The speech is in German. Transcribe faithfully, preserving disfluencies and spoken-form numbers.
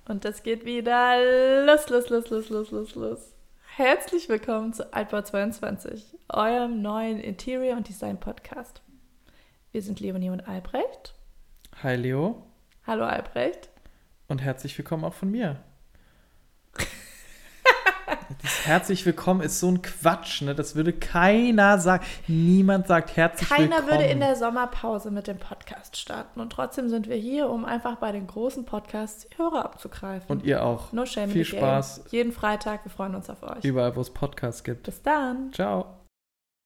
Und es geht wieder los, los, los, los, los, los, los. Herzlich willkommen zu Altbau zweiundzwanzig, eurem neuen Interior- und Design-Podcast. Wir sind Leonie und Albrecht. Hi Leo. Hallo Albrecht. Und herzlich willkommen auch von mir. Das herzlich willkommen ist so ein Quatsch, ne? Das würde keiner sagen. Niemand sagt herzlich Keiner willkommen. Keiner würde in der Sommerpause mit dem Podcast starten. Und trotzdem sind wir hier, um einfach bei den großen Podcasts die Hörer abzugreifen. Und ihr auch. No shame Viel in the Spaß. Game. Jeden Freitag, wir freuen uns auf euch. Überall, wo es Podcasts gibt. Bis dann. Ciao.